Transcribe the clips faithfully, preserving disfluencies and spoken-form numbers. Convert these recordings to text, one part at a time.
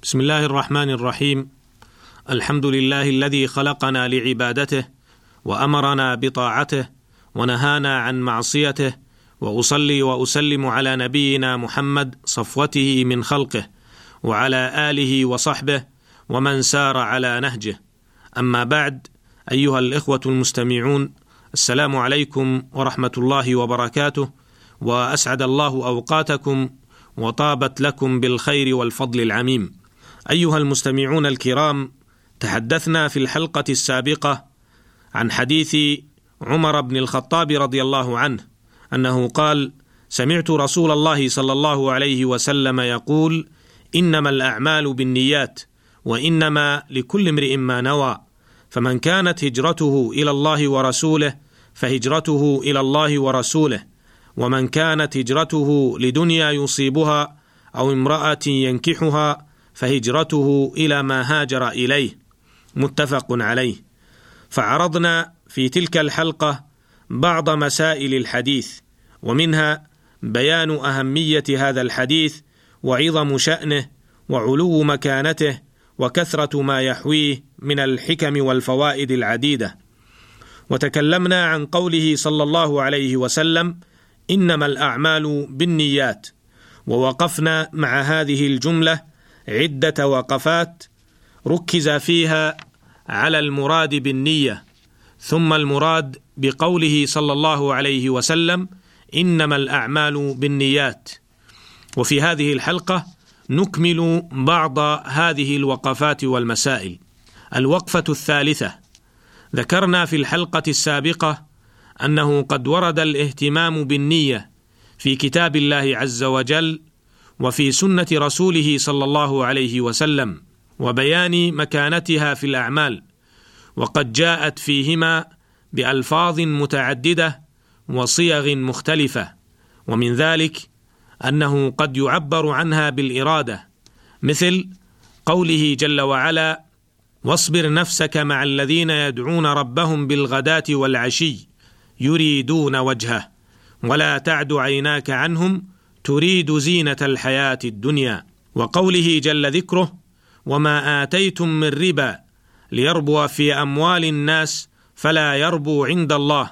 بسم الله الرحمن الرحيم. الحمد لله الذي خلقنا لعبادته وأمرنا بطاعته ونهانا عن معصيته، وأصلي وأسلم على نبينا محمد صفوته من خلقه وعلى آله وصحبه ومن سار على نهجه. أما بعد، أيها الإخوة المستمعون، السلام عليكم ورحمة الله وبركاته، وأسعد الله أوقاتكم وطابت لكم بالخير والفضل العميم. أيها المستمعون الكرام، تحدثنا في الحلقة السابقة عن حديث عمر بن الخطاب رضي الله عنه أنه قال: سمعت رسول الله صلى الله عليه وسلم يقول: إنما الأعمال بالنيات وإنما لكل امرئ ما نوى، فمن كانت هجرته إلى الله ورسوله فهجرته إلى الله ورسوله، ومن كانت هجرته لدنيا يصيبها أو امرأة ينكحها فهجرته إلى ما هاجر إليه. متفق عليه. فعرضنا في تلك الحلقة بعض مسائل الحديث، ومنها بيان أهمية هذا الحديث وعظم شأنه وعلو مكانته وكثرة ما يحويه من الحكم والفوائد العديدة. وتكلمنا عن قوله صلى الله عليه وسلم: إنما الأعمال بالنيات، ووقفنا مع هذه الجملة عدة وقفات ركز فيها على المراد بالنية، ثم المراد بقوله صلى الله عليه وسلم: إنما الأعمال بالنيات. وفي هذه الحلقة نكمل بعض هذه الوقفات والمسائل. الوقفة الثالثة: ذكرنا في الحلقة السابقة أنه قد ورد الاهتمام بالنية في كتاب الله عز وجل وفي سنة رسوله صلى الله عليه وسلم، وبيان مكانتها في الأعمال، وقد جاءت فيهما بألفاظ متعددة وصيغ مختلفة، ومن ذلك أنه قد يعبر عنها بالإرادة، مثل قوله جل وعلا: واصبر نفسك مع الذين يدعون ربهم بالغداة والعشي يريدون وجهه ولا تعد عيناك عنهم تريد زينة الحياة الدنيا. وقوله جل ذكره: وما آتيتم من ربا ليربو في أموال الناس فلا يربو عند الله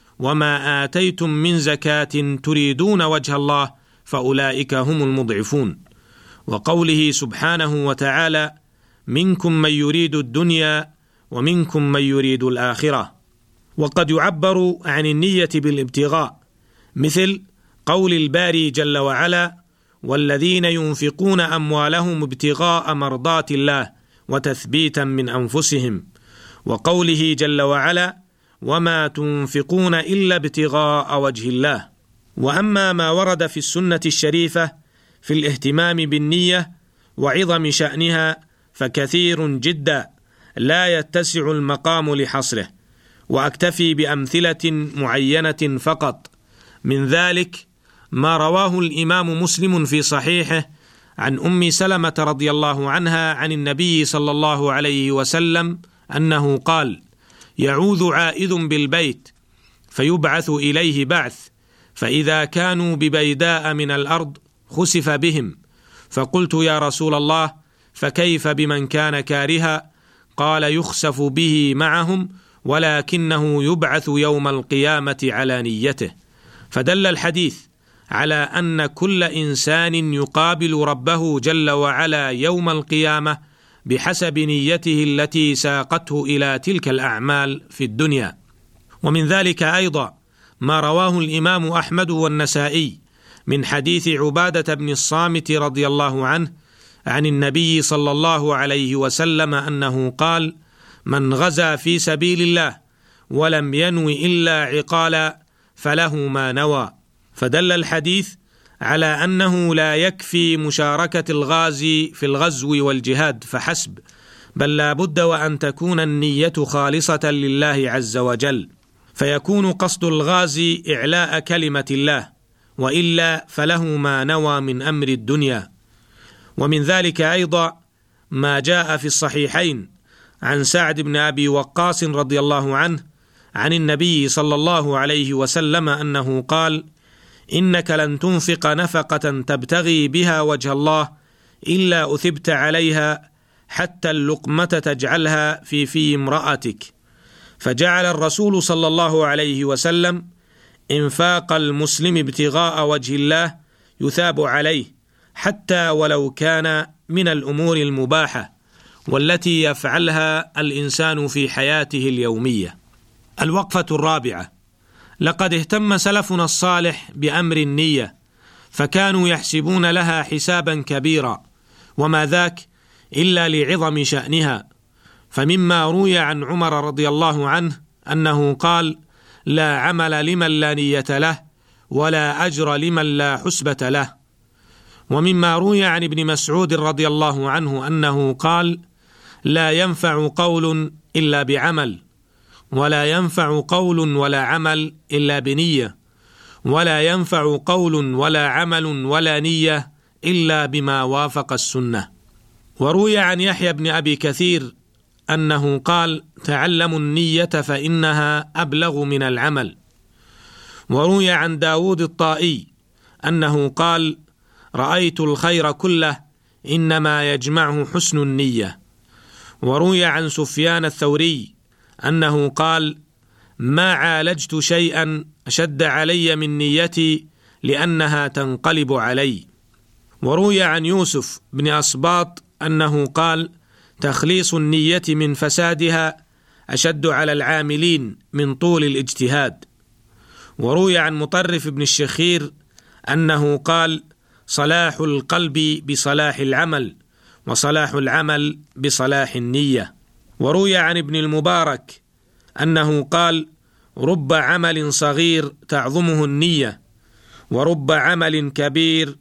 وما آتيتم من زكاة تريدون وجه الله فأولئك هم المضعفون. وقوله سبحانه وتعالى: منكم من يريد الدنيا ومنكم من يريد الآخرة. وقد يعبر عن النية بالابتغاء، مثل قول الباري جل وعلا: والذين ينفقون أموالهم ابتغاء مرضات الله وتثبيتا من أنفسهم. وقوله جل وعلا: وما تنفقون إلا ابتغاء وجه الله. وأما ما ورد في السنة الشريفة في الاهتمام بالنية وعظم شأنها فكثير جدا لا يتسع المقام لحصره، وأكتفي بأمثلة معينة فقط. من ذلك ما رواه الإمام مسلم في صحيحه عن أم سلمة رضي الله عنها عن النبي صلى الله عليه وسلم أنه قال: يعوذ عائذ بالبيت فيبعث إليه بعث، فإذا كانوا ببيداء من الأرض خسف بهم، فقلت: يا رسول الله، فكيف بمن كان كارها؟ قال: يخسف به معهم ولكنه يبعث يوم القيامة على نيته. فدل الحديث على أن كل إنسان يقابل ربه جل وعلا يوم القيامة بحسب نيته التي ساقته إلى تلك الأعمال في الدنيا. ومن ذلك أيضا ما رواه الإمام أحمد والنسائي من حديث عبادة بن الصامت رضي الله عنه عن النبي صلى الله عليه وسلم أنه قال: من غزا في سبيل الله ولم ينو إلا عقالا فله ما نوى. فدل الحديث على أنه لا يكفي مشاركة الغازي في الغزو والجهاد فحسب، بل لا بد وأن تكون النية خالصة لله عز وجل، فيكون قصد الغازي إعلاء كلمة الله، وإلا فله ما نوى من أمر الدنيا. ومن ذلك أيضا ما جاء في الصحيحين عن سعد بن أبي وقاص رضي الله عنه عن النبي صلى الله عليه وسلم أنه قال: إنك لن تنفق نفقة تبتغي بها وجه الله إلا أثبت عليها حتى اللقمة تجعلها في في امرأتك. فجعل الرسول صلى الله عليه وسلم إنفاق المسلم ابتغاء وجه الله يثاب عليه، حتى ولو كان من الأمور المباحة والتي يفعلها الإنسان في حياته اليومية. الوقفة الرابعة: لقد اهتم سلفنا الصالح بأمر النية، فكانوا يحسبون لها حسابا كبيرا، وما ذاك إلا لعظم شأنها. فمما روي عن عمر رضي الله عنه أنه قال: لا عمل لمن لا نية له، ولا أجر لمن لا حسبة له. ومما روي عن ابن مسعود رضي الله عنه أنه قال: لا ينفع قول إلا بعمل، ولا ينفع قول ولا عمل إلا بنية، ولا ينفع قول ولا عمل ولا نية إلا بما وافق السنة. وروي عن يحيى بن أبي كثير أنه قال: تعلموا النية فإنها أبلغ من العمل. وروي عن داود الطائي أنه قال: رأيت الخير كله إنما يجمعه حسن النية. وروي عن سفيان الثوري أنه قال: ما عالجت شيئا أشد علي من نيتي لأنها تنقلب علي. وروي عن يوسف بن أصباط أنه قال: تخليص النية من فسادها أشد على العاملين من طول الاجتهاد. وروي عن مطرف بن الشخير أنه قال: صلاح القلب بصلاح العمل، وصلاح العمل بصلاح النية. وروي عن ابن المبارك أنه قال: رب عمل صغير تعظمه النية، ورب عمل كبير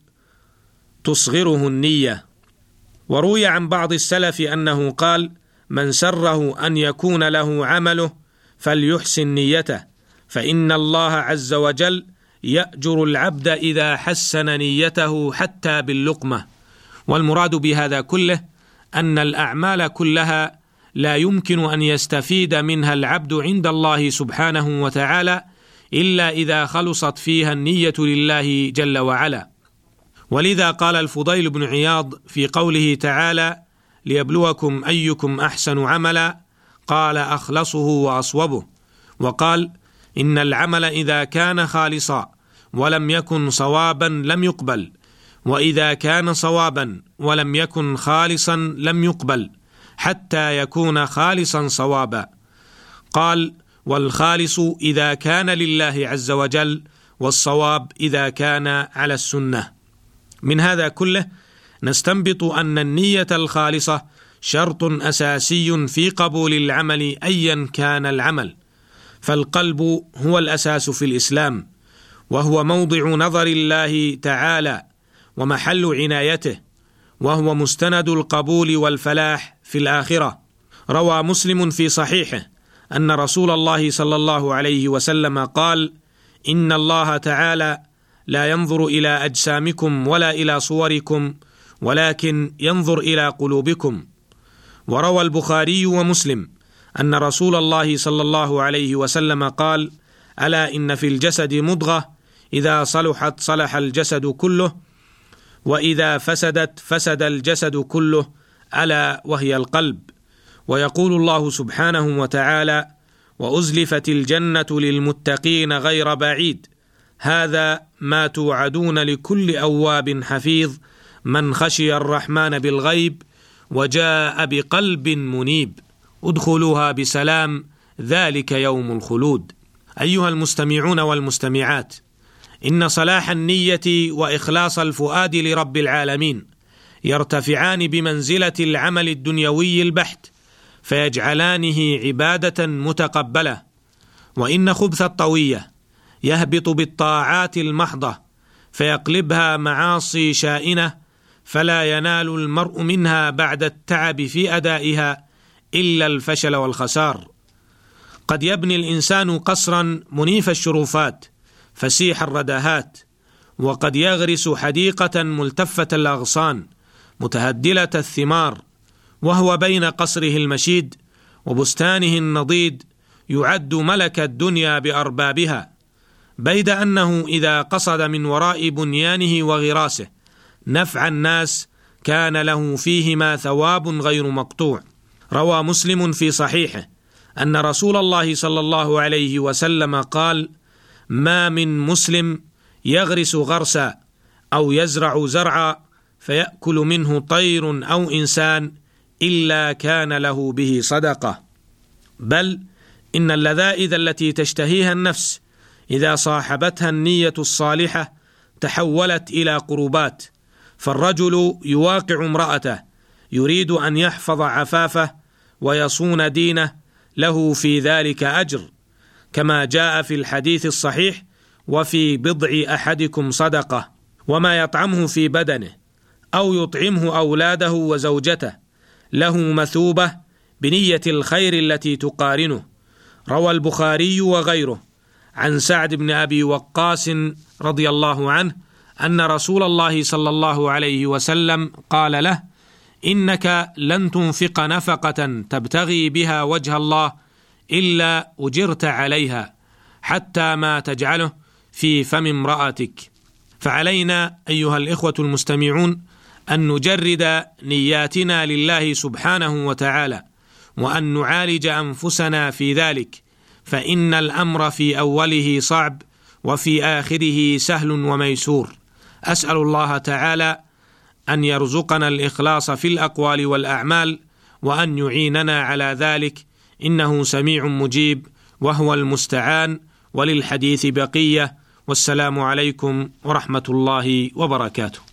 تصغره النية. وروي عن بعض السلف أنه قال: من سره أن يكون له عمله فليحسن نيته، فإن الله عز وجل يأجر العبد إذا حسن نيته حتى باللقمة. والمراد بهذا كله أن الأعمال كلها لا يمكن أن يستفيد منها العبد عند الله سبحانه وتعالى إلا إذا خلصت فيها النية لله جل وعلا. ولذا قال الفضيل بن عياض في قوله تعالى: ليبلوكم أيكم أحسن عملا، قال: أخلصه وأصوبه. وقال: إن العمل إذا كان خالصا ولم يكن صوابا لم يقبل، وإذا كان صوابا ولم يكن خالصا لم يقبل، حتى يكون خالصا صوابا. قال: والخالص إذا كان لله عز وجل، والصواب إذا كان على السنة. من هذا كله نستنبط أن النية الخالصة شرط أساسي في قبول العمل أيا كان العمل، فالقلب هو الأساس في الإسلام، وهو موضع نظر الله تعالى ومحل عنايته، وهو مستند القبول والفلاح في الآخرة. روى مسلم في صحيحه أن رسول الله صلى الله عليه وسلم قال: إن الله تعالى لا ينظر إلى أجسامكم ولا إلى صوركم، ولكن ينظر إلى قلوبكم. وروى البخاري ومسلم أن رسول الله صلى الله عليه وسلم قال: ألا إن في الجسد مضغة إذا صلحت صلح الجسد كله، وإذا فسدت فسد الجسد كله، ألا وهي القلب. ويقول الله سبحانه وتعالى: وأزلفت الجنة للمتقين غير بعيد، هذا ما توعدون لكل أواب حفيظ من خشي الرحمن بالغيب وجاء بقلب منيب، ادخلوها بسلام ذلك يوم الخلود. أيها المستمعون والمستمعات، إن صلاح النية وإخلاص الفؤاد لرب العالمين يرتفعان بمنزلة العمل الدنيوي البحت، فيجعلانه عبادة متقبلة. وإن خبث الطوية يهبط بالطاعات المحضة فيقلبها معاصي شائنة، فلا ينال المرء منها بعد التعب في أدائها إلا الفشل والخسار. قد يبني الإنسان قصرا منيف الشرفات فسيح الرداهات، وقد يغرس حديقة ملتفة الأغصان متهدلة الثمار، وهو بين قصره المشيد وبستانه النضيد يعد ملك الدنيا بأربابها، بيد أنه إذا قصد من وراء بنيانه وغراسه نفع الناس كان له فيهما ثواب غير مقطوع. روى مسلم في صحيحه أن رسول الله صلى الله عليه وسلم قال: ما من مسلم يغرس غرسا أو يزرع زرعا فيأكل منه طير أو إنسان إلا كان له به صدقة، بل إن اللذائذ التي تشتهيها النفس إذا صاحبتها النية الصالحة تحولت إلى قربات، فالرجل يواقع امرأته يريد أن يحفظ عفافه ويصون دينه، له في ذلك أجر، كما جاء في الحديث الصحيح: وفي بضع أحدكم صدقة. وما يطعمه في بدنه أو يطعمه أولاده وزوجته له مثوبة بنية الخير التي تقارنه. روى البخاري وغيره عن سعد بن أبي وقاص رضي الله عنه أن رسول الله صلى الله عليه وسلم قال له: إنك لن تنفق نفقة تبتغي بها وجه الله إلا أجرت عليها حتى ما تجعله في فم امرأتك. فعلينا أيها الإخوة المستمعون أن نجرد نياتنا لله سبحانه وتعالى، وأن نعالج أنفسنا في ذلك، فإن الأمر في أوله صعب وفي آخره سهل وميسور. أسأل الله تعالى أن يرزقنا الإخلاص في الأقوال والأعمال، وأن يعيننا على ذلك، إنه سميع مجيب وهو المستعان، وللحديث بقية. والسلام عليكم ورحمة الله وبركاته.